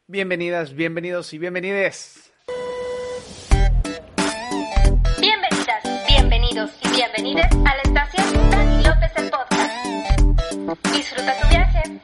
Bienvenidas, bienvenidos y bienvenides. Bienvenidas, bienvenidos y bienvenides a la estación Dani López el Podcast. Disfruta tu viaje.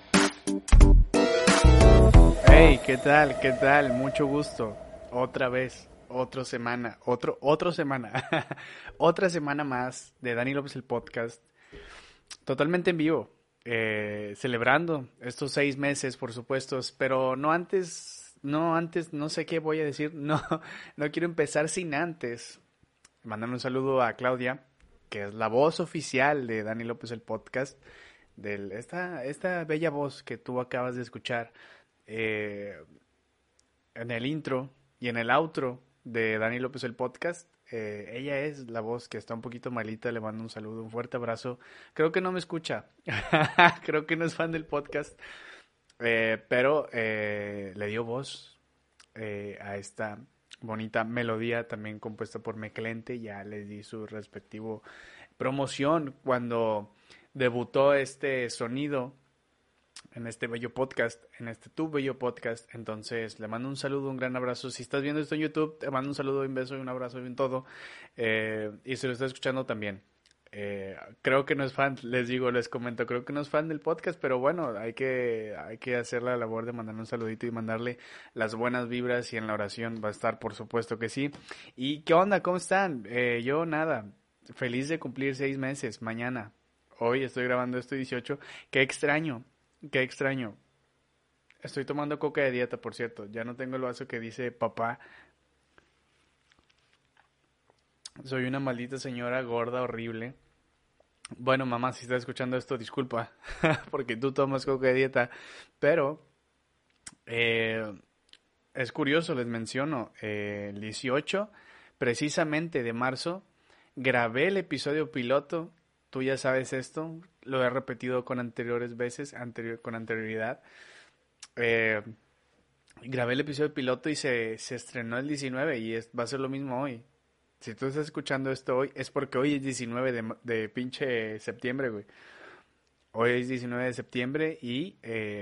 Hey, ¿qué tal? ¿Qué tal? Mucho gusto. Otra vez, otra semana, otra semana. Otra semana más de Dani López el Podcast. Totalmente en vivo. Celebrando estos 6 meses, por supuesto, pero no antes, no sé qué voy a decir, no quiero empezar sin antes mandar un saludo a Claudia, que es la voz oficial de Dani López el Podcast, esta bella voz que tú acabas de escuchar en el intro y en el outro de Dani López el Podcast. Ella es la voz que está un poquito malita, le mando un saludo, un fuerte abrazo. Creo que no me escucha, creo que no es fan del podcast, pero le dio voz a esta bonita melodía también compuesta por Meclente. Ya le di su respectivo promoción cuando debutó este sonido en este bello podcast, en este tu bello podcast. Entonces le mando un saludo, un gran abrazo. Si estás viendo esto en YouTube, te mando un saludo, un beso y un abrazo y un todo. Y si lo estás escuchando también. Creo que no es fan, les comento, creo que no es fan del podcast, pero bueno, hay que hacer la labor de mandarle un saludito y mandarle las buenas vibras, y en la oración va a estar, por supuesto que sí. ¿Y qué onda? ¿Cómo están? Yo nada, feliz de cumplir 6 meses mañana. Hoy estoy grabando esto 18. Qué extraño. Estoy tomando coca de dieta, por cierto. Ya no tengo el vaso que dice papá. Soy una maldita señora gorda, horrible. Bueno, mamá, si estás escuchando esto, disculpa, porque tú tomas coca de dieta. Pero es curioso, les menciono, el 18 precisamente de marzo, grabé el episodio piloto. Tú ya sabes esto, lo he repetido con anteriores veces, con anterioridad. Eh, Grabé el episodio piloto y se estrenó el 19 y va a ser lo mismo hoy. Si tú estás escuchando esto hoy, es porque hoy es 19 de pinche septiembre, güey. Hoy es 19 de septiembre y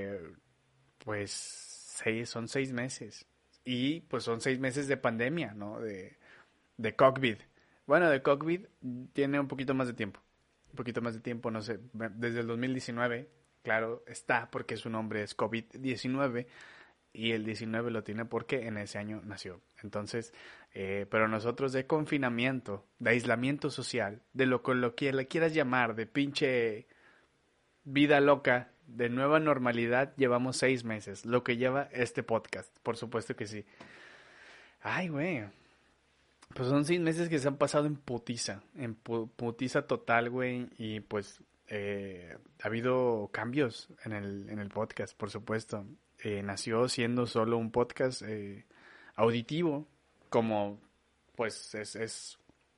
pues son 6 meses. Y pues son 6 meses de pandemia, ¿no? De COVID. Bueno, de COVID tiene un poquito más de tiempo. Un poquito más de tiempo, no sé. Desde el 2019, claro, está porque su nombre es COVID-19. Y el 19 lo tiene porque en ese año nació. Entonces, pero nosotros de confinamiento, de aislamiento social, de lo que le quieras llamar, de pinche vida loca, de nueva normalidad, llevamos 6 meses. Lo que lleva este podcast, por supuesto que sí. Ay, güey. Pues son 6 meses que se han pasado en putiza. En putiza total, güey. Y pues ha habido cambios en el podcast, por supuesto. Nació siendo solo un podcast auditivo, como pues es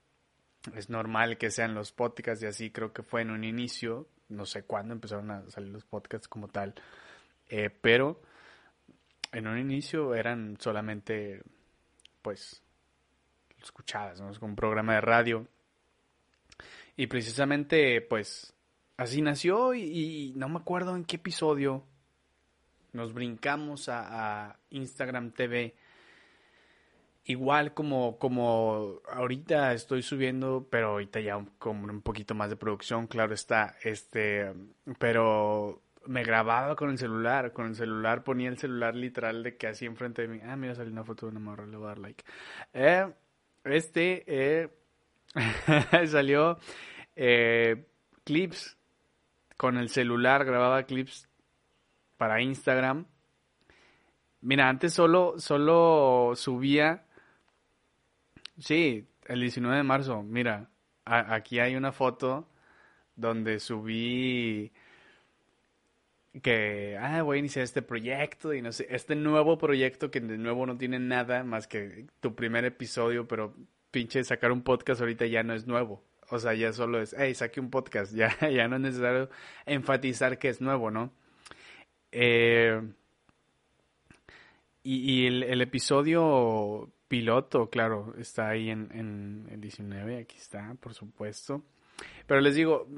normal que sean los podcasts, y así creo que fue en un inicio. No sé cuándo empezaron a salir los podcasts como tal, pero en un inicio eran solamente pues escuchadas, ¿no? Es como un programa de radio, y precisamente pues así nació. Y no me acuerdo en qué episodio nos brincamos a Instagram TV. Igual como ahorita estoy subiendo, pero ahorita ya como un poquito más de producción, claro está, pero me grababa con el celular, ponía el celular literal de que así enfrente de mí. Ah, mira, salió una foto de una morra, le voy a dar like. Eh, este salió clips con el celular, grababa clips para Instagram. Mira, antes solo subía. Sí, el 19 de marzo, mira, aquí hay una foto donde subí que, voy a iniciar este proyecto y no sé, este nuevo proyecto que de nuevo no tiene nada más que tu primer episodio, pero pinche sacar un podcast ahorita ya no es nuevo. O sea, ya solo es, hey, saqué un podcast, ya no es necesario enfatizar que es nuevo, ¿no? Eh, y el episodio piloto, claro, está ahí en el 19, aquí está, por supuesto. Pero les digo,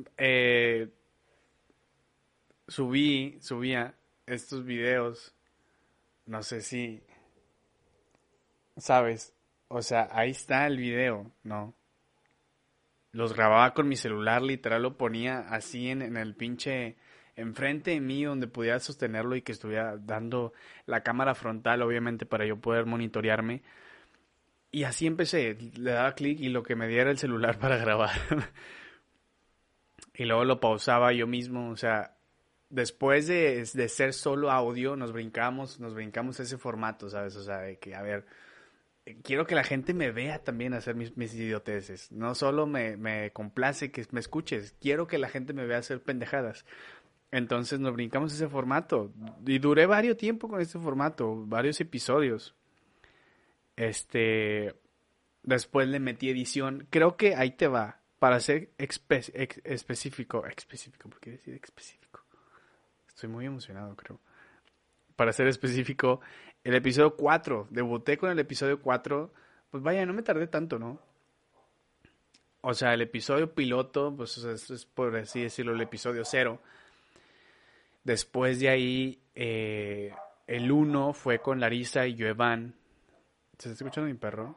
subía estos videos no sé si, ¿sabes? O sea, ahí está el video, ¿no? Los grababa con mi celular, literal lo ponía así en el pinche enfrente de mí donde pudiera sostenerlo y que estuviera dando la cámara frontal, obviamente, para yo poder monitorearme. Y así empecé, le daba clic y lo que me diera el celular para grabar. Y luego lo pausaba yo mismo, o sea, después de ser solo audio, nos brincamos ese formato, ¿sabes? O sea, de que, a ver, quiero que la gente me vea también hacer mis idioteces. No solo me complace que me escuches, quiero que la gente me vea hacer pendejadas. Entonces nos brincamos ese formato. Y duré varios tiempo con este formato, varios episodios. Este, después le metí edición. Creo que ahí te va. Para ser específico, ¿por qué decir específico? Estoy muy emocionado, creo. Para ser específico, el episodio 4, debuté con el episodio 4, pues vaya, no me tardé tanto, ¿no? O sea, el episodio piloto, pues o sea, es por así decirlo, el episodio 0. Después de ahí, el 1 fue con Larisa y Joevan. ¿Se está escuchando mi perro?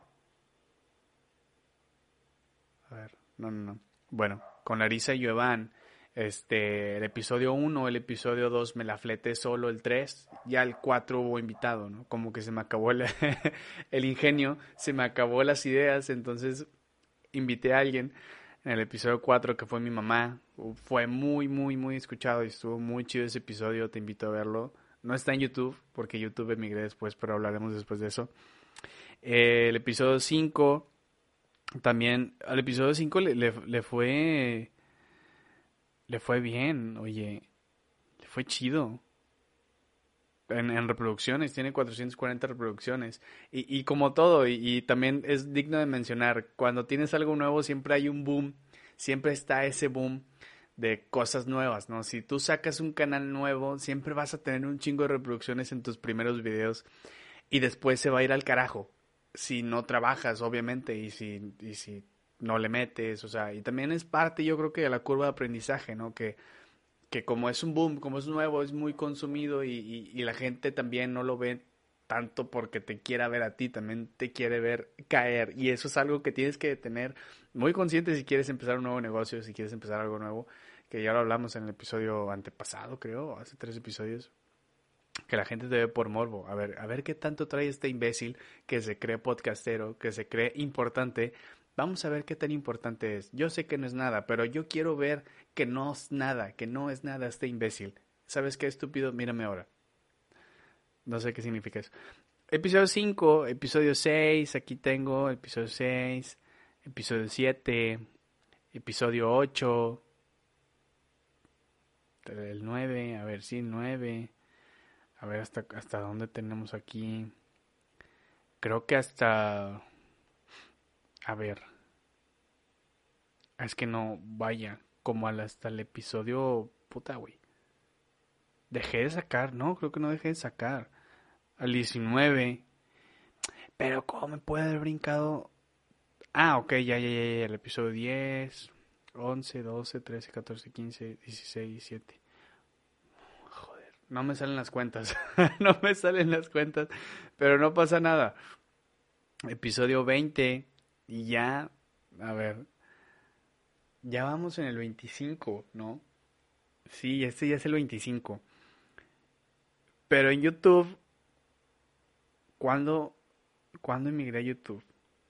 A ver, no. Bueno, con Larisa y Joevan. El episodio 1, el episodio 2 me la fleté solo, el 3, ya el 4 hubo invitado, ¿no? Como que se me acabó el ingenio, se me acabó las ideas, entonces invité a alguien en el episodio 4 que fue mi mamá, fue muy escuchado y estuvo muy chido ese episodio, te invito a verlo, no está en YouTube porque YouTube emigré después, pero hablaremos después de eso. El episodio 5, también al episodio 5 le fue bien, oye, le fue chido. En reproducciones, tiene 440 reproducciones. Y como todo, y también es digno de mencionar, cuando tienes algo nuevo siempre hay un boom, siempre está ese boom de cosas nuevas, ¿no? Si tú sacas un canal nuevo, siempre vas a tener un chingo de reproducciones en tus primeros videos y después se va a ir al carajo. Si no trabajas, obviamente, y si no le metes, o sea, y también es parte, yo creo que de la curva de aprendizaje, ¿no? Que como es un boom, como es nuevo, es muy consumido y la gente también no lo ve tanto porque te quiera ver a ti, también te quiere ver caer. Y eso es algo que tienes que tener muy consciente si quieres empezar un nuevo negocio, si quieres empezar algo nuevo, que ya lo hablamos en el episodio antepasado, creo, hace 3 episodios, que la gente te ve por morbo. A ver qué tanto trae este imbécil que se cree podcastero, que se cree importante. Vamos a ver qué tan importante es. Yo sé que no es nada, pero yo quiero ver que no es nada este imbécil. ¿Sabes qué, estúpido? Mírame ahora. No sé qué significa eso. Episodio 5, episodio 6, aquí tengo episodio 6, episodio 7, episodio 8, el 9, a ver, sí, el 9. A ver hasta dónde tenemos aquí. Creo que hasta... A ver. Es que no, vaya, como hasta el episodio... Puta, güey. Dejé de sacar, no, creo que no dejé de sacar. Al 19. Pero ¿cómo me puede haber brincado? Ah, ok, ya, el episodio 10, 11, 12, 13, 14, 15, 16, 17. Joder, no me salen las cuentas. No me salen las cuentas. Pero no pasa nada. Episodio 20. Y ya, a ver, ya vamos en el 25, ¿no? Sí, este ya es el 25. Pero en YouTube, ¿cuándo, ¿cuándo emigré a YouTube?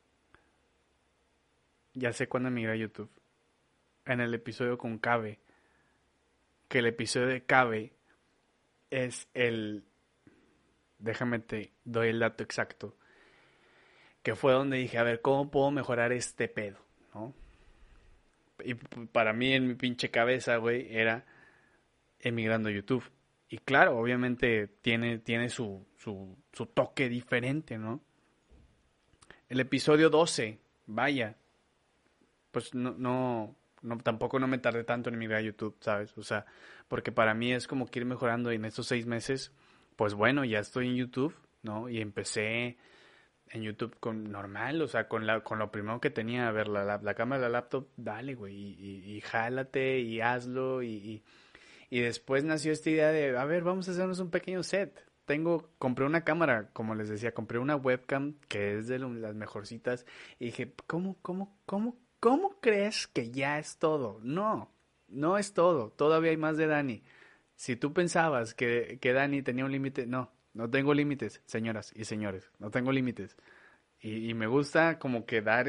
Ya sé cuándo emigré a YouTube. En el episodio con Cabe. Que el episodio de Cabe es el... Déjame te doy el dato exacto. Que fue donde dije, a ver, ¿cómo puedo mejorar este pedo? ¿No? Y para mí en mi pinche cabeza, güey, era emigrando a YouTube. Y claro, obviamente tiene su toque diferente, ¿no? El episodio 12, vaya, pues tampoco no me tardé tanto en emigrar a YouTube, ¿sabes? O sea, porque para mí es como que ir mejorando y en estos 6 meses, pues bueno, ya estoy en YouTube, ¿no? Y empecé en YouTube con normal, o sea, con lo primero que tenía, a ver, la cámara de la laptop, dale, güey, y jálate y hazlo y después nació esta idea de, a ver, vamos a hacernos un pequeño set, compré una cámara, como les decía, compré una webcam que es de las mejorcitas y dije, ¿cómo crees que ya es todo? No, no es todo, todavía hay más de Dani. Si tú pensabas que Dani tenía un límite, no, no tengo límites, señoras y señores, no tengo límites. Y me gusta como que dar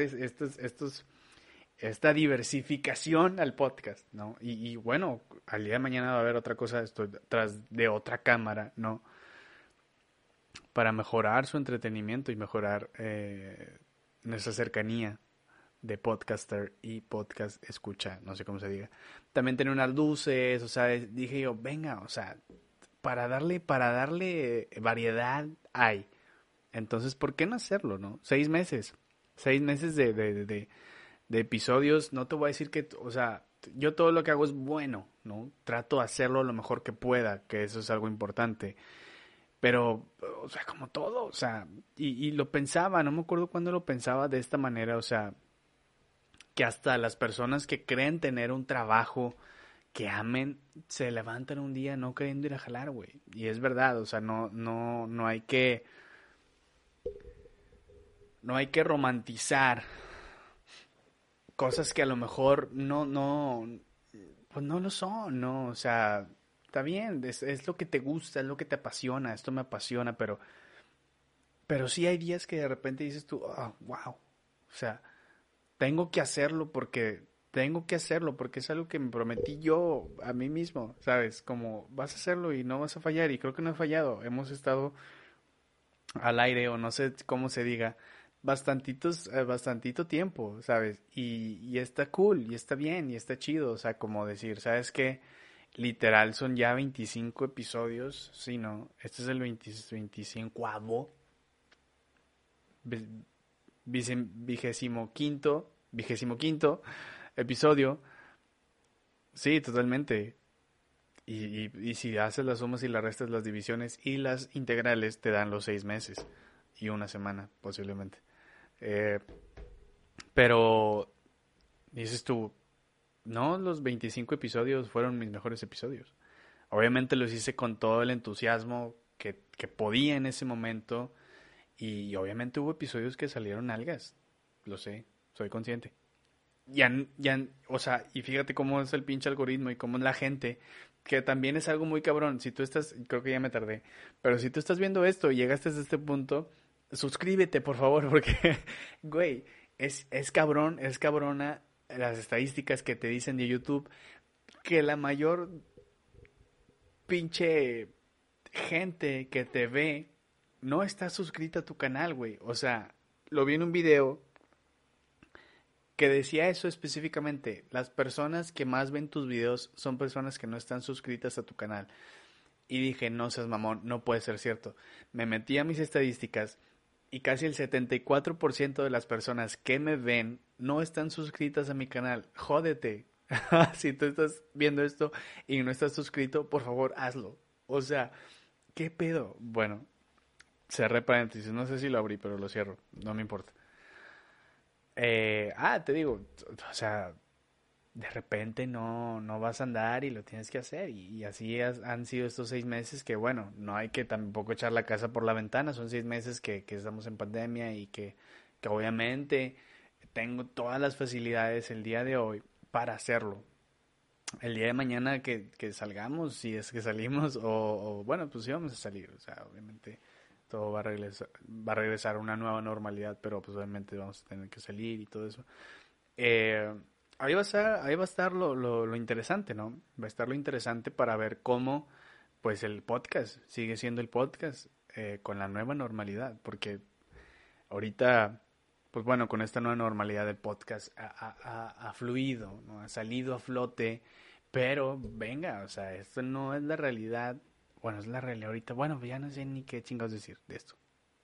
esta diversificación al podcast, ¿no? Y bueno, al día de mañana va a haber otra cosa, estoy tras de otra cámara, ¿no? Para mejorar su entretenimiento y mejorar nuestra cercanía de podcaster y podcast escucha, no sé cómo se diga. También tener unas luces, o sea, dije yo, venga, o sea, para darle variedad hay. Entonces, ¿por qué no hacerlo, no? 6 meses. 6 meses de episodios. No te voy a decir que, o sea, yo todo lo que hago es bueno, ¿no? Trato de hacerlo lo mejor que pueda, que eso es algo importante. Pero, o sea, como todo, o sea, y lo pensaba, no me acuerdo cuándo lo pensaba de esta manera, o sea, que hasta las personas que creen tener un trabajo que amen, se levantan un día no queriendo ir a jalar, güey. Y es verdad, o sea, no hay que romantizar cosas que a lo mejor pues no lo son, ¿no? O sea, está bien, es lo que te gusta, es lo que te apasiona, esto me apasiona, pero sí hay días que de repente dices tú, oh, wow, o sea, tengo que hacerlo porque es algo que me prometí yo a mí mismo, ¿sabes? Como vas a hacerlo y no vas a fallar y creo que no he fallado, hemos estado al aire o no sé cómo se diga, bastantito tiempo, ¿sabes? Y está cool, y está bien, y está chido, o sea, como decir, ¿sabes qué? Literal son ya 25 episodios, sí, ¿no? Este es el 25avo, vigésimo quinto episodio, sí, totalmente. Y si haces las sumas y las restas, las divisiones y las integrales, te dan los 6 meses y una semana, posiblemente. Eh, pero dices tú, no, los 25 episodios fueron mis mejores episodios. Obviamente los hice con todo el entusiasmo que podía en ese momento y obviamente hubo episodios que salieron algas, lo sé, soy consciente. O sea, y fíjate cómo es el pinche algoritmo y cómo es la gente, que también es algo muy cabrón. Si tú estás, creo que ya me tardé, pero si tú estás viendo esto y llegaste hasta este punto, suscríbete, por favor, porque, güey, es cabrón, es cabrona las estadísticas que te dicen de YouTube que la mayor pinche gente que te ve no está suscrita a tu canal, güey. O sea, lo vi en un video que decía eso específicamente. Las personas que más ven tus videos son personas que no están suscritas a tu canal. Y dije, no seas mamón, no puede ser cierto. Me metí a mis estadísticas y casi el 74% de las personas que me ven no están suscritas a mi canal. Jódete. Si tú estás viendo esto y no estás suscrito, por favor, hazlo. O sea, ¿qué pedo? Bueno, cerré paréntesis. No sé si lo abrí, pero lo cierro. No me importa. Te digo, o sea, de repente no vas a andar y lo tienes que hacer. Y así han sido estos 6 meses que, bueno, no hay que tampoco echar la casa por la ventana. Son 6 meses que estamos en pandemia y que obviamente tengo todas las facilidades el día de hoy para hacerlo. El día de mañana que salgamos, si es que salimos, bueno, pues sí vamos a salir. O sea, obviamente todo va a regresar a una nueva normalidad, pero pues obviamente vamos a tener que salir y todo eso. Eh, ahí va a estar lo interesante, ¿no? Va a estar lo interesante para ver cómo, pues el podcast sigue siendo el podcast con la nueva normalidad, porque ahorita, pues bueno, con esta nueva normalidad del podcast ha fluido, ¿no? Ha salido a flote, pero venga, o sea, esto no es la realidad. Bueno, es la realidad ahorita. Bueno, ya no sé ni qué chingados decir de esto.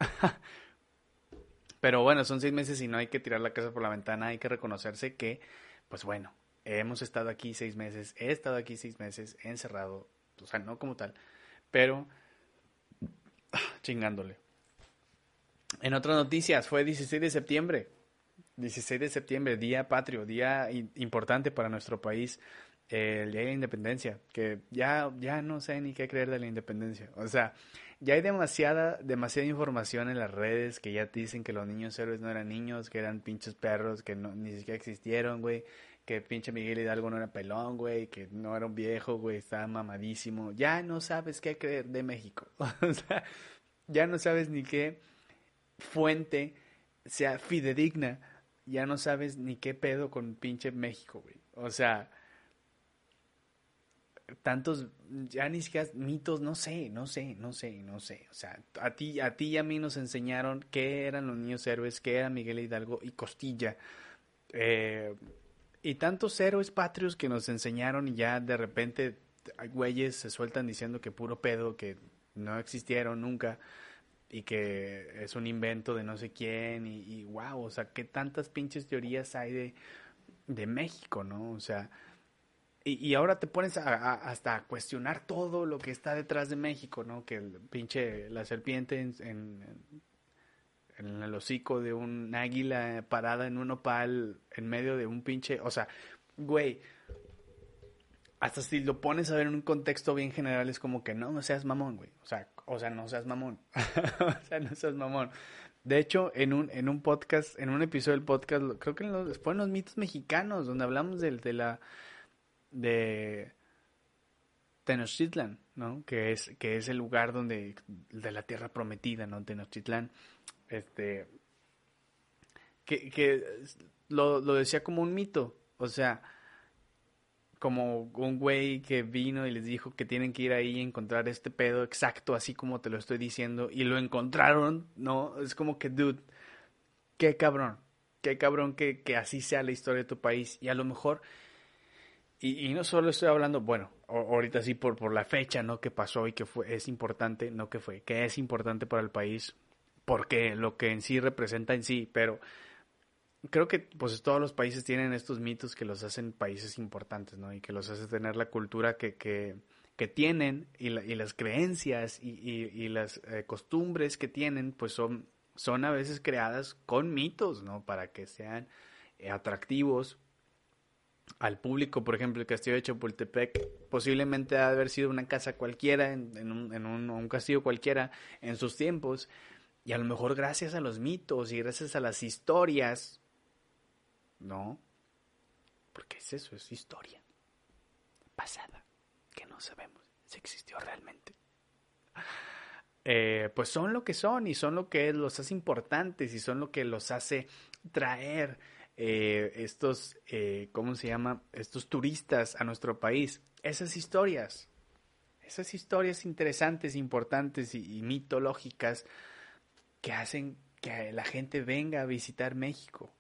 Pero bueno, son 6 meses y no hay que tirar la casa por la ventana. Hay que reconocerse que, pues bueno, hemos estado aquí 6 meses. He estado aquí 6 meses encerrado. O sea, no como tal. Pero chingándole. En otras noticias, fue 16 de septiembre. 16 de septiembre, día patrio, día importante para nuestro país. el Día de la Independencia, que ya no sé ni qué creer de la independencia. O sea, ya hay demasiada información en las redes que ya te dicen que los niños héroes no eran niños, que eran pinches perros, que no, ni siquiera existieron, güey. Que pinche Miguel Hidalgo no era pelón, güey, que no era un viejo, güey, estaba mamadísimo. Ya no sabes qué creer de México. O sea, ya no sabes ni qué fuente sea fidedigna. Ya no sabes ni qué pedo con pinche México, güey. O sea, tantos, ya ni siquiera mitos, no sé. O sea, a ti y a mí nos enseñaron qué eran los niños héroes, qué era Miguel Hidalgo y Costilla. Eh, y tantos héroes patrios que nos enseñaron y ya de repente güeyes se sueltan diciendo que puro pedo, que no existieron nunca y que es un invento de no sé quién y wow, o sea, qué tantas pinches teorías hay de México, ¿no? O sea, y ahora te pones hasta a cuestionar todo lo que está detrás de México, ¿no? Que el pinche, la serpiente en el hocico de un águila parada en un opal en medio de un pinche, o sea, güey, hasta si lo pones a ver en un contexto bien general es como que no seas mamón, güey. O sea, no seas mamón. O sea, no seas mamón. De hecho, en un podcast, en un episodio del podcast, creo que fue en los mitos mexicanos, donde hablamos de Tenochtitlan, ¿no? Que es el lugar de la tierra prometida, ¿no? Tenochtitlán. Este, que lo decía como un mito. O sea, como un güey que vino y les dijo que tienen que ir ahí y encontrar este pedo exacto, así como te lo estoy diciendo, y lo encontraron, ¿no? Es como que, dude, qué cabrón que así sea la historia de tu país, y a lo mejor, y no solo estoy hablando, bueno, ahorita sí por la fecha, ¿no? Que pasó y que es importante, no que fue, que es importante para el país, porque lo que en sí representa en sí, pero creo que pues todos los países tienen estos mitos que los hacen países importantes, ¿no? Y que los hace tener la cultura que tienen y las creencias y las costumbres que tienen, pues son a veces creadas con mitos, ¿no? Para que sean atractivos al público. Por ejemplo, el castillo de Chapultepec posiblemente ha de haber sido una casa cualquiera, un castillo cualquiera en sus tiempos, y a lo mejor gracias a los mitos y gracias a las historias. No, porque es eso, es historia pasada, que no sabemos si existió realmente. Pues son lo que son y son lo que los hace importantes y son lo que los hace traer ¿cómo se llama? Estos turistas a nuestro país. Esas historias interesantes, importantes y mitológicas que hacen que la gente venga a visitar México.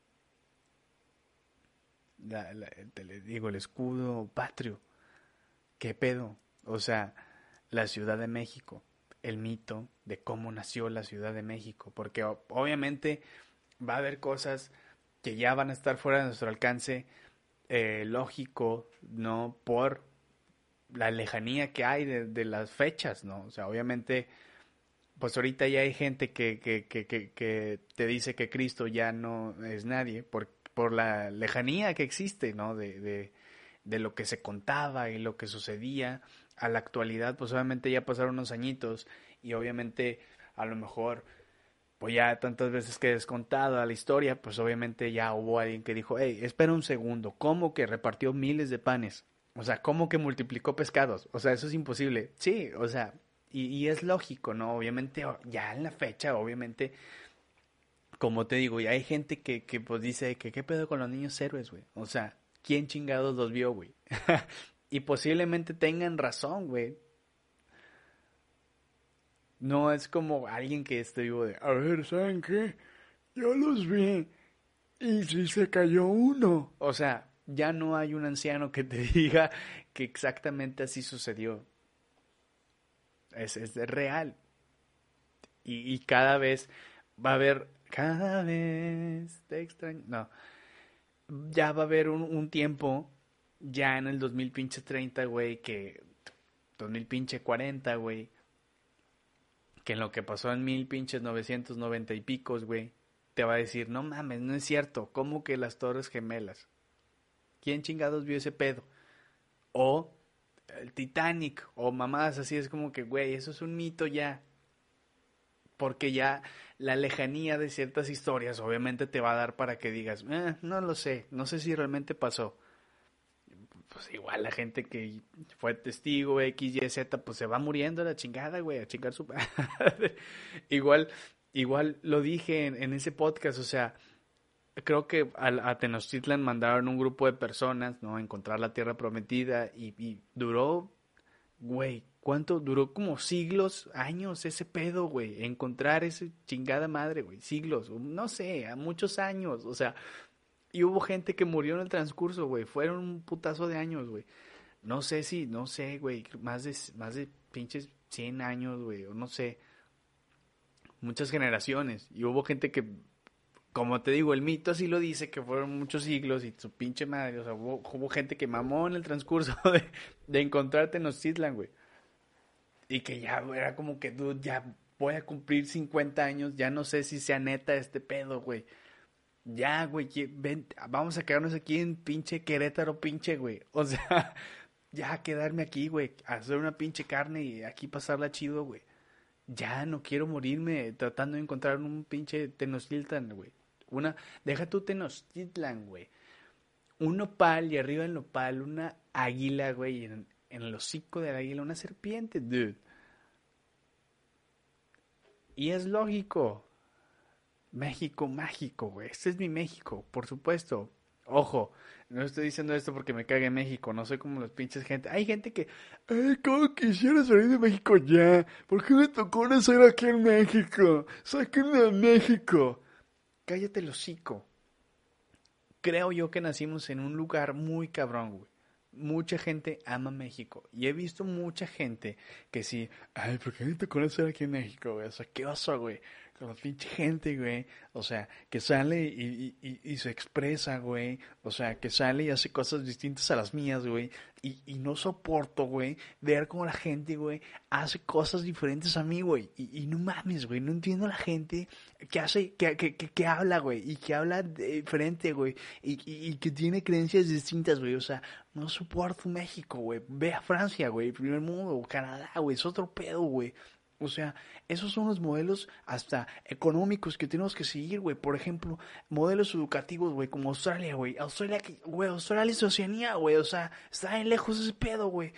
Te le digo, el escudo patrio. ¿Qué pedo? O sea, la Ciudad de México, el mito de cómo nació la Ciudad de México, porque obviamente va a haber cosas que ya van a estar fuera de nuestro alcance lógico, ¿no? Por la lejanía que hay de las fechas, ¿no? O sea, obviamente, pues ahorita ya hay gente que te dice que Cristo ya no es nadie por la lejanía que existe, ¿no? De lo que se contaba y lo que sucedía a la actualidad, pues obviamente ya pasaron unos añitos y obviamente a lo mejor, pues ya tantas veces que he descontado a la historia, pues obviamente ya hubo alguien que dijo, hey, espera un segundo, ¿cómo que repartió miles de panes? O sea, ¿cómo que multiplicó pescados? O sea, eso es imposible. Sí, o sea, y es lógico, ¿no? Obviamente, ya en la fecha, obviamente, como te digo, ya hay gente que pues dice que qué pedo con los niños héroes, güey. O sea, ¿quién chingados los vio, güey? Y posiblemente tengan razón, güey. No es como alguien que esté vivo de, a ver, ¿saben qué? Yo los vi. ¿Y si se cayó uno? O sea, ya no hay un anciano que te diga que exactamente así sucedió. Es real. Y cada vez va a haber, cada vez te extraño. No, ya va a haber un tiempo, ya en el 2030, güey, que 2040, güey, que en lo que pasó en 1990 y picos, güey, te va a decir, no mames, no es cierto, ¿cómo que las Torres Gemelas? ¿Quién chingados vio ese pedo? O el Titanic o mamadas así, es como que, güey, eso es un mito ya. Porque ya la lejanía de ciertas historias obviamente te va a dar para que digas, no lo sé, no sé si realmente pasó. Pues igual la gente que fue testigo X, Y, Z, pues se va muriendo a la chingada, güey, a chingar su madre. Igual, igual lo dije en ese podcast, o sea, creo que a Tenochtitlan mandaron un grupo de personas, ¿no? A encontrar la tierra prometida y duró, güey, ¿cuánto? Duró como siglos, años ese pedo, güey, encontrar ese chingada madre, güey, siglos, no sé, a muchos años, o sea, y hubo gente que murió en el transcurso, güey, fueron un putazo de años, güey. No sé, güey, más de pinches 100 años, güey, o no sé, muchas generaciones. Y hubo gente que, como te digo, el mito así lo dice, que fueron muchos siglos y su pinche madre, o sea, hubo gente que mamó en el transcurso de encontrarte en Tenochtitlan, güey. Y que ya era como que, dude, ya voy a cumplir 50 años, ya no sé si sea neta este pedo, güey. Ya, güey, ven, vamos a quedarnos aquí en pinche Querétaro, pinche, güey. O sea, ya quedarme aquí, güey, hacer una pinche carne y aquí pasarla chido, güey. Ya no quiero morirme tratando de encontrar un pinche Tenochtitlan, güey. Deja tu Tenochtitlan, güey. Un nopal y arriba del nopal una águila, güey, en el hocico del águila una serpiente, dude. Y es lógico. México mágico, güey. Este es mi México, por supuesto. Ojo, no estoy diciendo esto porque me cague México, no soy como los pinches gente. Hay gente que, ay, ¿cómo quisiera salir de México ya? ¿Por qué me tocó nacer aquí en México? Sáquenme a México. Cállate el hocico. Creo yo que nacimos en un lugar muy cabrón, güey. Mucha gente ama México. Y he visto mucha gente que sí, ay, ¿por qué me tocó nacer aquí en México, güey? O sea, ¿qué oso, güey? Con la pinche gente, güey. O sea, que sale y se expresa, güey. O sea, que sale y hace cosas distintas a las mías, güey. Y no soporto, güey, ver cómo la gente, güey, hace cosas diferentes a mí, güey. Y no mames, güey. No entiendo a la gente que hace, que habla, güey. Y que habla diferente, güey. Y que tiene creencias distintas, güey. O sea, no soporto México, güey. Ve a Francia, güey. Primer mundo, Canadá, güey. Es otro pedo, güey. O sea, esos son los modelos hasta económicos que tenemos que seguir, güey. Por ejemplo, modelos educativos, güey, como Australia, güey. Australia es Oceanía, güey. O sea, está bien lejos ese pedo, güey.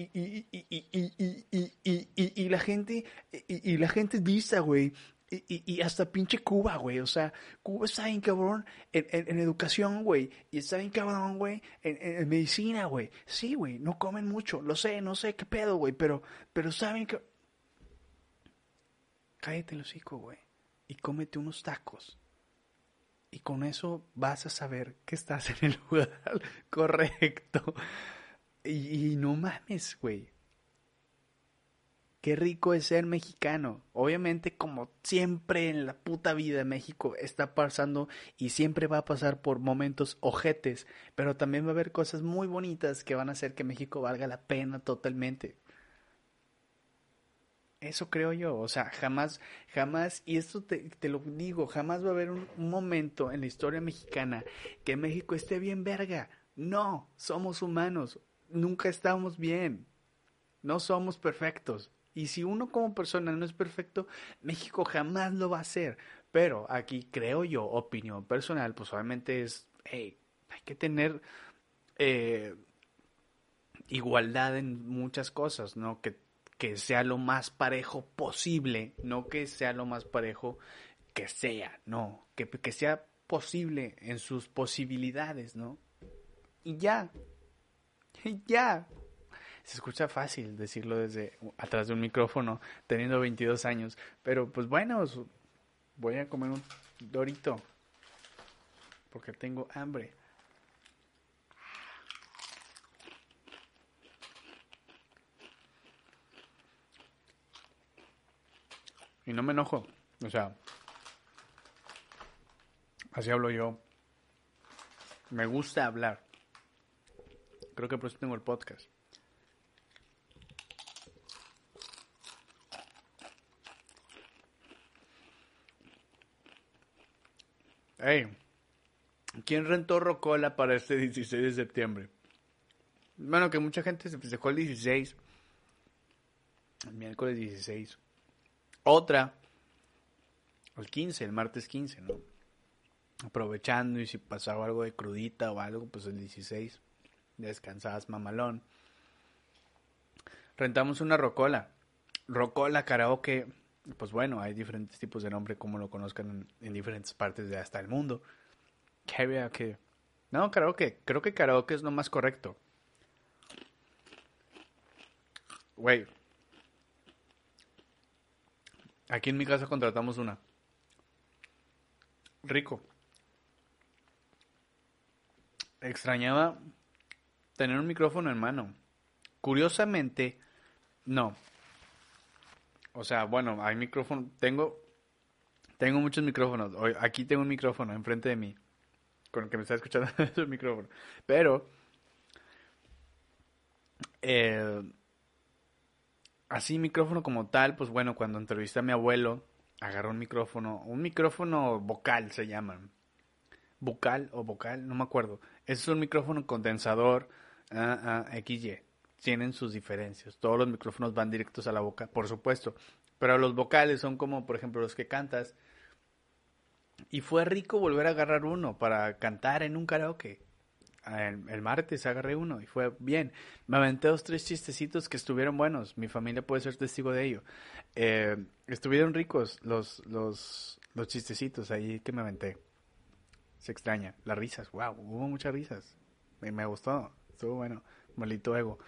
Y la gente, y la gente lista, güey. Y hasta pinche Cuba, güey. O sea, Cuba está bien cabrón en educación, güey. Y está bien cabrón, güey, en medicina, güey. Sí, güey, no comen mucho. Lo sé, no sé qué pedo, güey. Pero saben que cállate el hocico, güey, y cómete unos tacos. Y con eso vas a saber que estás en el lugar correcto. Y no mames, güey. Qué rico es ser mexicano. Obviamente, como siempre en la puta vida, México está pasando y siempre va a pasar por momentos ojetes. Pero también va a haber cosas muy bonitas que van a hacer que México valga la pena totalmente. Eso creo yo, o sea, jamás, y esto te lo digo, jamás va a haber un momento en la historia mexicana que México esté bien verga. No, somos humanos, nunca estamos bien, no somos perfectos. Y si uno como persona no es perfecto, México jamás lo va a hacer. Pero aquí creo yo, opinión personal, pues obviamente es, hey, hay que tener eh, igualdad en muchas cosas, ¿no? Que sea lo más parejo posible, no que sea lo más parejo que sea, no, que sea posible en sus posibilidades, ¿no? Y ya, y ya. Se escucha fácil decirlo desde atrás de un micrófono, teniendo 22 años, pero pues bueno, voy a comer un dorito, porque tengo hambre. Y no me enojo, o sea, así hablo yo. Me gusta hablar. Creo que por eso tengo el podcast. Hey, ¿quién rentó Rocola para este 16 de septiembre? Bueno, que mucha gente se festejó el 16. El miércoles 16. Otra, el 15, el martes 15, ¿no? Aprovechando, y si pasaba algo de crudita o algo, pues el 16. Descansabas mamalón. Rentamos una rocola. Rocola, karaoke. Pues bueno, hay diferentes tipos de nombre, como lo conozcan en diferentes partes de hasta el mundo. Karaoke. No, karaoke. Creo que karaoke es lo más correcto. Güey. Aquí en mi casa contratamos una. Rico. Extrañaba tener un micrófono en mano. Curiosamente, no. O sea, bueno, hay micrófono. Tengo muchos micrófonos. Aquí tengo un micrófono enfrente de mí. Con el que me está escuchando es el micrófono. Pero, eh, así micrófono como tal, pues bueno, cuando entrevisté a mi abuelo, agarró un micrófono vocal se llaman. Vocal o vocal, no me acuerdo. Es un micrófono condensador XY. Tienen sus diferencias. Todos los micrófonos van directos a la boca, por supuesto. Pero los vocales son como, por ejemplo, los que cantas. Y fue rico volver a agarrar uno para cantar en un karaoke. El martes agarré uno y fue bien. Me aventé 2, 3 chistecitos que estuvieron buenos. Mi familia puede ser testigo de ello. Estuvieron ricos los chistecitos ahí que me aventé. Se extraña. Las risas, wow, hubo muchas risas. Me gustó, estuvo bueno. Maldito ego.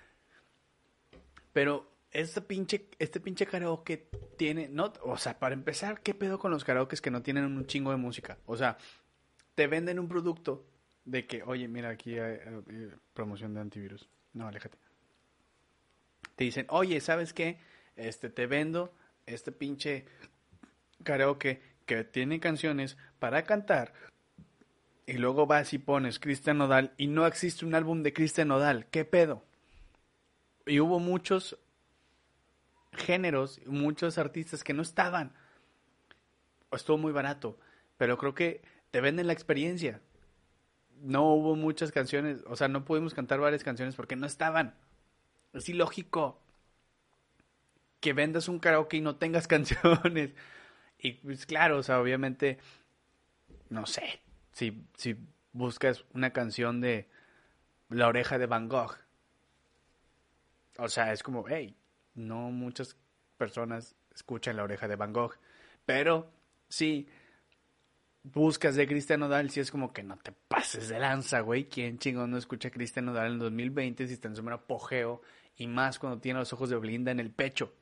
Pero este pinche karaoke tiene, no, o sea, para empezar, ¿qué pedo con los karaokes que no tienen un chingo de música? O sea, te venden un producto de que, oye, mira, aquí hay promoción de antivirus. No, aléjate. Te dicen, oye, ¿sabes qué? Te vendo este pinche karaoke que tiene canciones para cantar. Y luego vas y pones Cristian Nodal y no existe un álbum de Cristian Nodal. ¿Qué pedo? Y hubo muchos géneros, muchos artistas que no estaban. Estuvo muy barato, pero creo que te venden la experiencia. No hubo muchas canciones, o sea, no pudimos cantar varias canciones porque no estaban. Es ilógico que vendas un karaoke y no tengas canciones. Y pues claro, o sea, obviamente, no sé, si buscas una canción de La Oreja de Van Gogh, o sea, es como, hey, no muchas personas escuchan La Oreja de Van Gogh, pero sí buscas de Cristian Nodal, si es como que no te pases de lanza, güey. ¿Quién chingón no escucha a Cristian Nodal en 2020 si está en su mero apogeo? Y más cuando tiene los ojos de Belinda en el pecho.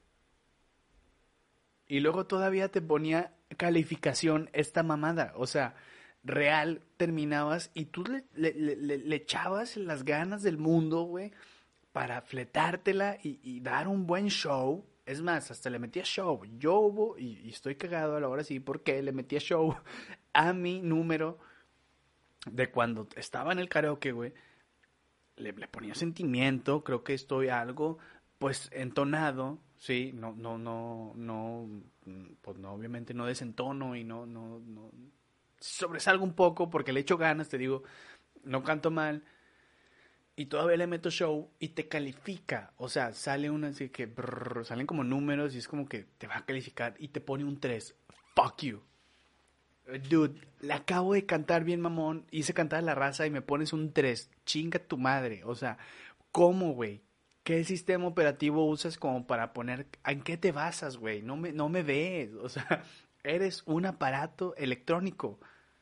Y luego todavía te ponía calificación esta mamada. O sea, real terminabas y tú le echabas las ganas del mundo, güey, para fletártela y dar un buen show. Es más, hasta le metía show. Yo hubo, y estoy cagado a la hora sí, porque le metía show a mi número de cuando estaba en el karaoke, güey. Le ponía sentimiento, creo que estoy algo, pues, entonado, sí, no, pues no, obviamente no desentono y no, sobresalgo un poco porque le echo ganas, te digo, no canto mal, y todavía le meto show y te califica. O sea, sale una así que salen como números y es como que te va a calificar y te pone un 3. Fuck you. Dude, le acabo de cantar bien mamón, hice cantar a la raza y me pones un 3. Chinga tu madre. O sea, ¿cómo, güey? ¿Qué sistema operativo usas como para poner? ¿En qué te basas, güey? No me ves. O sea, eres un aparato electrónico.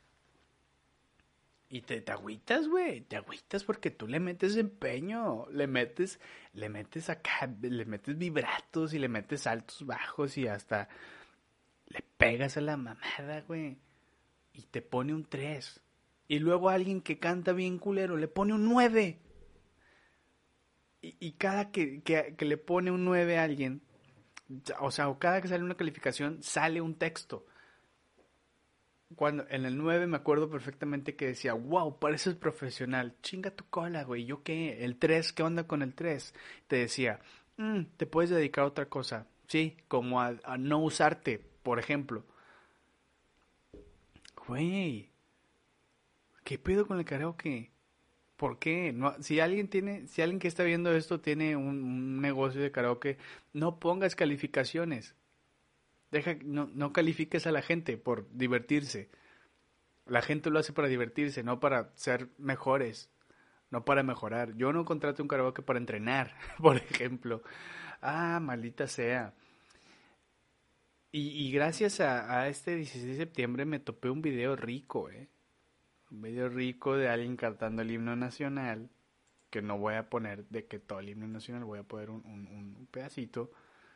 Y te agüitas, güey, te agüitas porque tú le metes empeño, le metes acá, le metes vibratos y le metes altos, bajos y hasta le pegas a la mamada, güey. Y te pone un 3. Y luego alguien que canta bien culero le pone un 9. Y cada que le pone un 9 a alguien, o sea, o cada que sale una calificación, sale un texto. Cuando en el 9 me acuerdo perfectamente que decía, wow, pareces profesional, chinga tu cola, güey, ¿yo qué? El 3, ¿qué onda con el 3? Te decía, te puedes dedicar a otra cosa, sí, como a no usarte, por ejemplo. Güey, ¿qué pedo con el karaoke? ¿Por qué? No, si alguien que está viendo esto tiene un negocio de karaoke, no pongas calificaciones. No califiques a la gente por divertirse. La gente lo hace para divertirse, no para ser mejores, no para mejorar. Yo no contrato un karaoke para entrenar, por ejemplo. Ah, maldita sea. Y gracias a este 16 de septiembre me topé un video rico, Un video rico de alguien cantando el himno nacional, que no voy a poner de que todo el himno nacional, voy a poner un pedacito.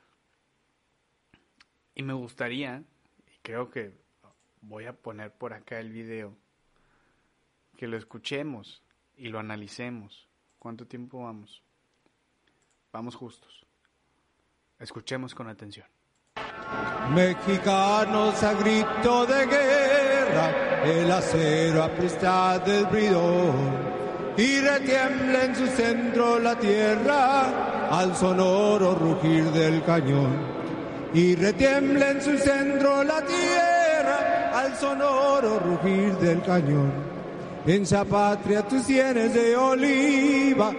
Y me gustaría, y creo que voy a poner por acá el video, que lo escuchemos y lo analicemos. ¿Cuánto tiempo vamos? Vamos justos. Escuchemos con atención. Mexicanos a grito de guerra, el acero aplasta del bridón, y retiembla en su centro la tierra al sonoro rugir del cañón. Y retiembla en su centro la tierra al sonoro rugir del cañón. En esa patria tus sienes de oliva.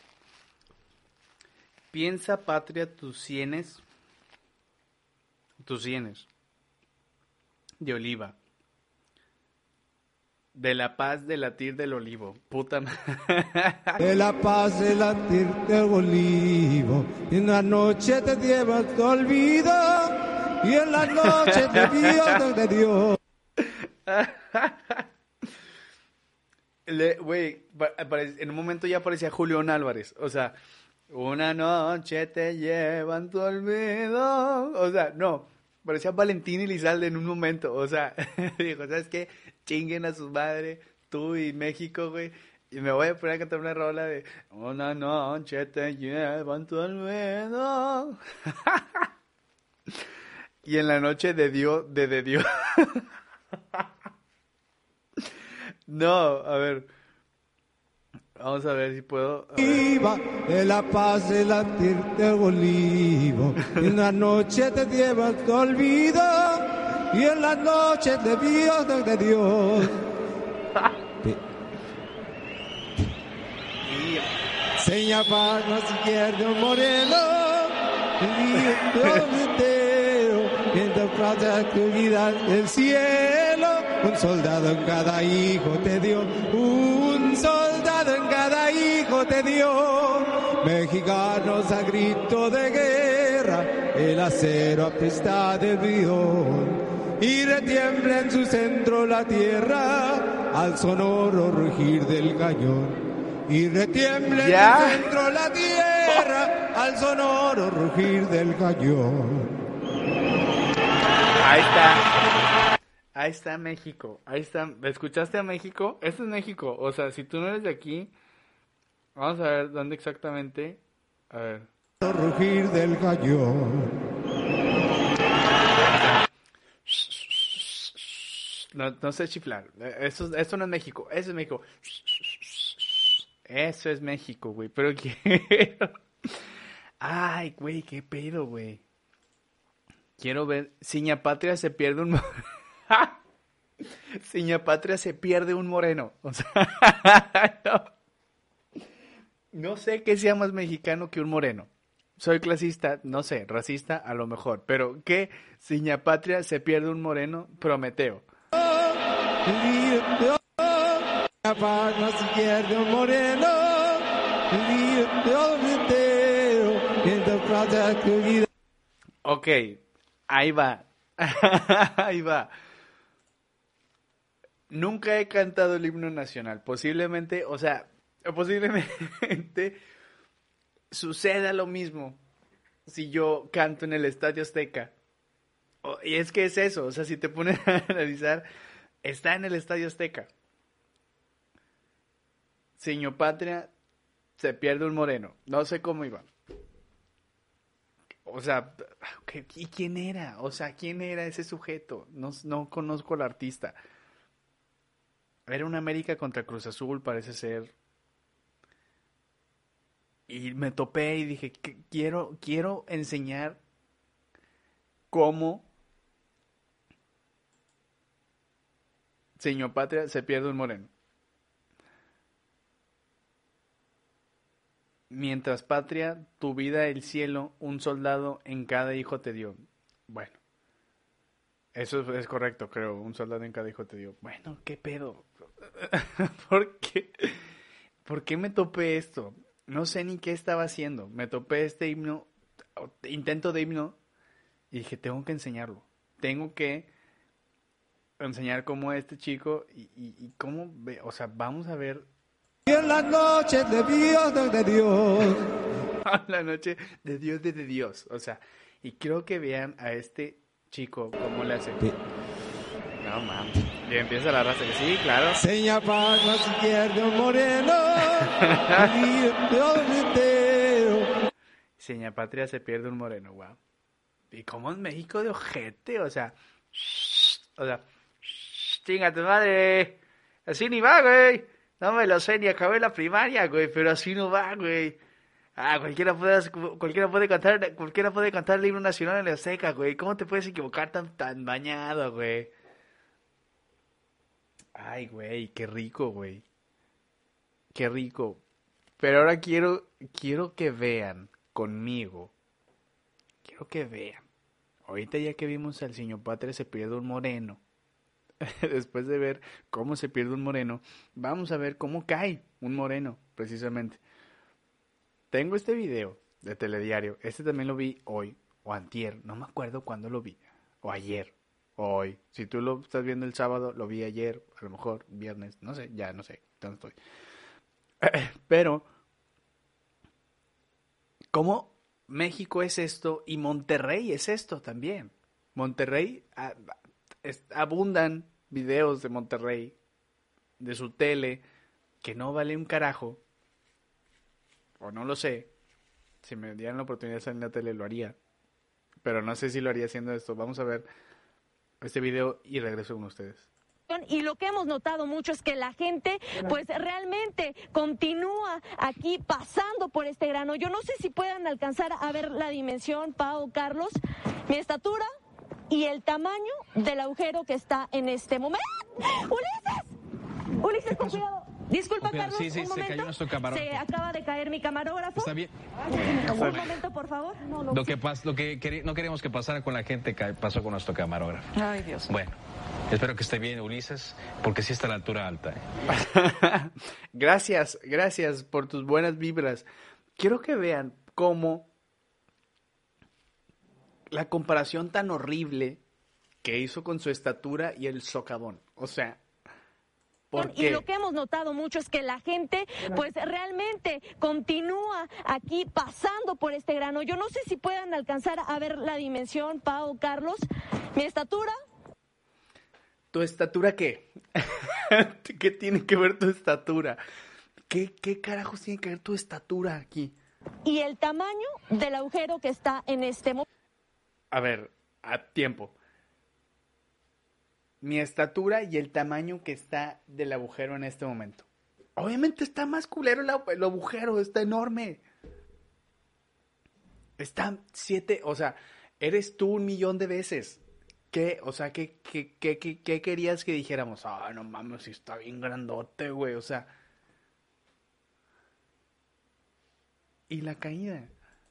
Piensa, patria, tus sienes de oliva. De la paz de latir del olivo. Puta madre. De la paz de latir del olivo. Y en la noche te llevas tu olvido. Y en la noche te Dios de Dios. Güey, en un momento ya parecía Julián Álvarez. O sea, una noche te llevan tu olvido. O sea, no. Parecía Valentín Elizalde en un momento. O sea, dijo, ¿sabes qué? Chinguen a sus madres, tú y México, güey. Y me voy a poner a cantar una rola de una noche te llevan tu olvido. Y en la noche de Dios. No, a ver. Vamos a ver si puedo. Viva de la paz de latir del olivo. Y en la noche te llevas tu olvido. Y en la noche de Dios de Dios. Seña para si pierde un moreno. En la plaza que vida del cielo. Un soldado en cada hijo te dio. Un soldado en cada hijo te dio. Mexicanos a grito de guerra, el acero apresta del bridón. Y retiembla en su centro la tierra al sonoro rugir del cañón. Y retiembla en su centro la tierra al sonoro rugir del cañón. Ahí está. Ahí está México. Ahí está. ¿Escuchaste a México? Esto es México. O sea, si tú no eres de aquí, vamos a ver dónde exactamente. A ver. Rugir del cañón. No sé chiflar. Esto no es México. Eso es México. Eso es México, güey. Pero quiero. Ay, güey, qué pedo, güey. Quiero ver. Ciña Patria se pierde un. Ciña Patria se pierde un moreno. O sea, no sé qué sea más mexicano que un moreno. Soy clasista, no sé, racista a lo mejor. Pero ¿qué? Ciña Patria se pierde un moreno, Prometeo. No se pierde un moreno. Ok, ahí va. Ahí va. Nunca he cantado el himno nacional. Posiblemente suceda lo mismo si yo canto en el Estadio Azteca. Y es que es eso, o sea, si te pones a analizar, está en el Estadio Azteca. Ciño Patria, se pierde un moreno. No sé cómo iba. O sea, ¿y quién era? O sea, ¿quién era ese sujeto? No conozco al artista. Era un América contra Cruz Azul, parece ser. Y me topé y dije, quiero enseñar cómo Ciño Patria se pierde un moreno. Mientras patria, tu vida, el cielo, un soldado en cada hijo te dio. Bueno, eso es correcto, creo. Un soldado en cada hijo te dio. Bueno, ¿qué pedo? ¿Por qué? ¿Por qué me topé esto? No sé ni qué estaba haciendo. Me topé este himno, intento de himno, y dije, tengo que enseñarlo. Tengo que enseñar cómo este chico y cómo ve, o sea, vamos a ver. Y en las noches de Dios, de Dios. La noche de Dios, o sea, y quiero que vean a este chico cómo le hace. Sí. No mames. Y empieza la raza que sí, claro. Seña palma izquierdo moreno. Y Dios entero. Seña patria se pierde un moreno, wow. ¿Y cómo es México de ojete? O sea, chinga tu madre. Así ni va, güey. No me lo sé, ni acabé la primaria, güey, pero así no va, güey. Ah, cualquiera puede cantar el himno nacional en la Azteca, güey. ¿Cómo te puedes equivocar tan bañado, güey? Ay, güey, qué rico, güey. Qué rico. Pero ahora quiero que vean conmigo. Quiero que vean. Ahorita ya que vimos al señor Patria se pierde un moreno. Después de ver cómo se pierde un moreno, vamos a ver cómo cae un moreno, precisamente. Tengo este video de Telediario. Este también lo vi hoy o antier. No me acuerdo cuándo lo vi. O ayer. O hoy. Si tú lo estás viendo el sábado, lo vi ayer. A lo mejor viernes. No sé. Ya no sé. ¿Dónde estoy? Pero ¿cómo México es esto y Monterrey es esto también? Monterrey, abundan videos de Monterrey, de su tele, que no vale un carajo. O no lo sé. Si me dieran la oportunidad de salir en la tele, lo haría. Pero no sé si lo haría haciendo esto. Vamos a ver este video y regreso con ustedes. Y lo que hemos notado mucho es que la gente pues realmente continúa aquí pasando por este grano. Yo no sé si puedan alcanzar a ver la dimensión, Pau, Carlos, mi estatura y el tamaño del agujero que está en este momento. ¡Ulises, con cuidado! Disculpa, Carlos, sí, un se momento. cayó nuestro camarógrafo. Se acaba de caer mi camarógrafo. Está bien. Un momento, por favor. Lo que no queríamos que pasara con la gente pasó con nuestro camarógrafo. Ay, Dios. Bueno, espero que esté bien, Ulises, porque sí está a la altura alta. Gracias por tus buenas vibras. Quiero que vean cómo la comparación tan horrible que hizo con su estatura y el socavón. O sea, y lo que hemos notado mucho es que la gente pues realmente continúa aquí pasando por este grano. Yo no sé si puedan alcanzar a ver la dimensión, Pau, Carlos, mi estatura. ¿Tu estatura qué? ¿Qué tiene que ver tu estatura? ¿Qué carajos tiene que ver tu estatura aquí? Y el tamaño del agujero que está en este momento. A ver, a tiempo. Mi estatura y el tamaño que está del agujero en este momento. Obviamente está más culero el agujero, está enorme. Está 7, o sea, eres tú 1,000,000 de veces. ¿Qué? O sea, ¿qué querías que dijéramos? Ah, no mames, si está bien grandote, güey, o sea. Y la caída.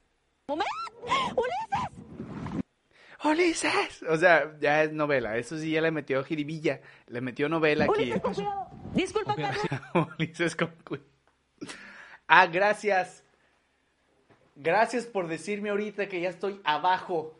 ¡Ulises! O sea, ya es novela. Eso sí, ya le metió jiribilla. Le metió novela aquí. Ulises, con cuidado. Disculpa, Carlos. Ulises, con cuidado. Ah, gracias. Gracias por decirme ahorita que ya estoy abajo.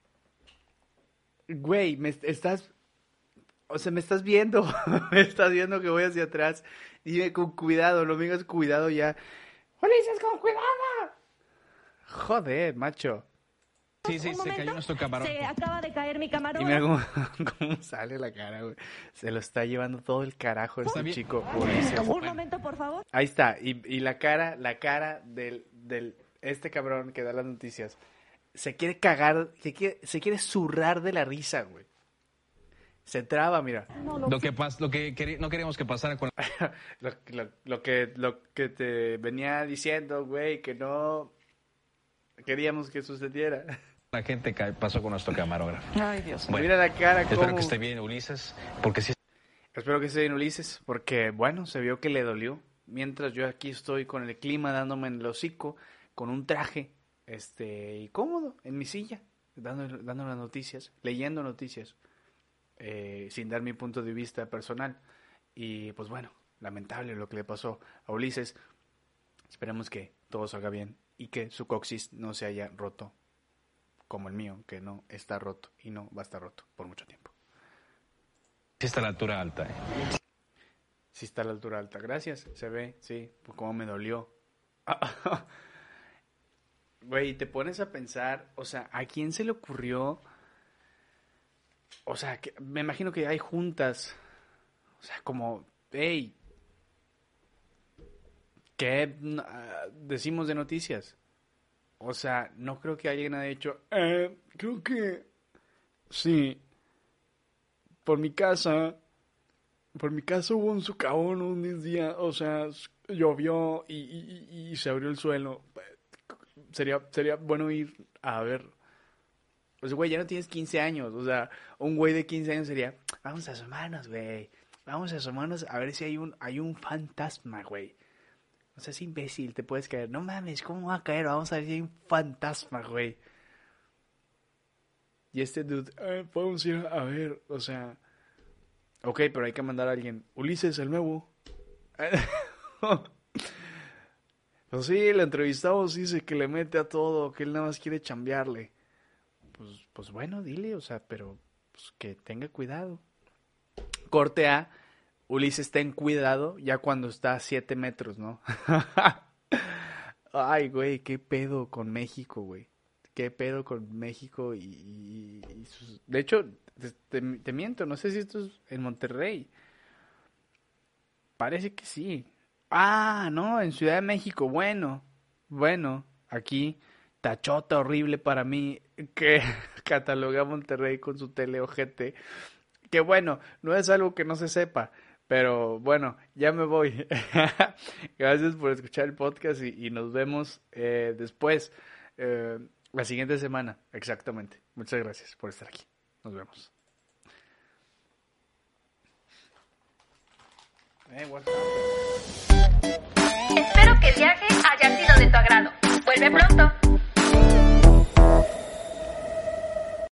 Güey, me estás viendo. Me estás viendo que voy hacia atrás. Dime con cuidado, no me digas cuidado ya. ¡Ulises, con cuidado! Joder, macho. Sí, se cayó nuestro camarógrafo. Se acaba de caer mi camarógrafo. Y mira cómo sale la cara, güey. Se lo está llevando todo el carajo este chico. Ulises. Un momento, por favor. Ahí está. Y la cara del este cabrón que da las noticias. Se quiere cagar, se quiere zurrar de la risa, güey. Se traba, mira. Lo que no queríamos que pasara con lo que te venía diciendo, güey, que no queríamos que sucediera. La gente pasó con nuestro camarógrafo. Ay, Dios. Bueno, mira la cara. Espero que esté bien, Ulises, porque sí. Espero que esté bien, Ulises, porque, bueno, se vio que le dolió. mientras yo aquí estoy con el clima dándome en el hocico, con un traje y cómodo en mi silla, dando las noticias, leyendo noticias, sin dar mi punto de vista personal. Y pues bueno, lamentable lo que le pasó a Ulises. Esperemos que todo salga bien y que su coxis no se haya roto como el mío, que no está roto y no va a estar roto por mucho tiempo. Sí está a la altura alta, Sí está a la altura alta, gracias, se ve, sí, pues cómo me dolió. Güey, te pones a pensar, o sea, ¿a quién se le ocurrió? O sea, me imagino que hay juntas, o sea, como, hey, ¿qué decimos de noticias? O sea, no creo que alguien haya dicho, creo que sí, por mi casa hubo un socavón un día, o sea, llovió y se abrió el suelo. Sería bueno ir a ver. Pues, güey, ya no tienes 15 años, o sea, un güey de 15 años sería, vamos a asomarnos, güey, vamos a asomarnos a ver si hay un fantasma, güey. O sea, es imbécil, te puedes caer. No mames, ¿cómo va a caer? Vamos a ver si hay un fantasma, güey. Y este dude, podemos ir a ver, o sea... Ok, pero hay que mandar a alguien. Ulises, el nuevo. Pues sí, le entrevistamos, dice que le mete a todo, que él nada más quiere chambearle. Pues bueno, dile, o sea, pero pues, que tenga cuidado. Corte A, Ulises ten cuidado ya cuando está a 7 metros, ¿no? Ay, güey, qué pedo con México, güey. Qué pedo con México y sus... De hecho, te miento, no sé si esto es en Monterrey. Parece que sí. Ah, no, en Ciudad de México. Bueno, aquí tachota horrible para mí que cataloga a Monterrey con su teleojete. Que bueno, no es algo que no se sepa. Pero bueno, ya me voy. Gracias por escuchar el podcast y nos vemos después. La siguiente semana, exactamente. Muchas gracias por estar aquí. Nos vemos. Espero que el viaje haya sido de tu agrado. Vuelve pronto.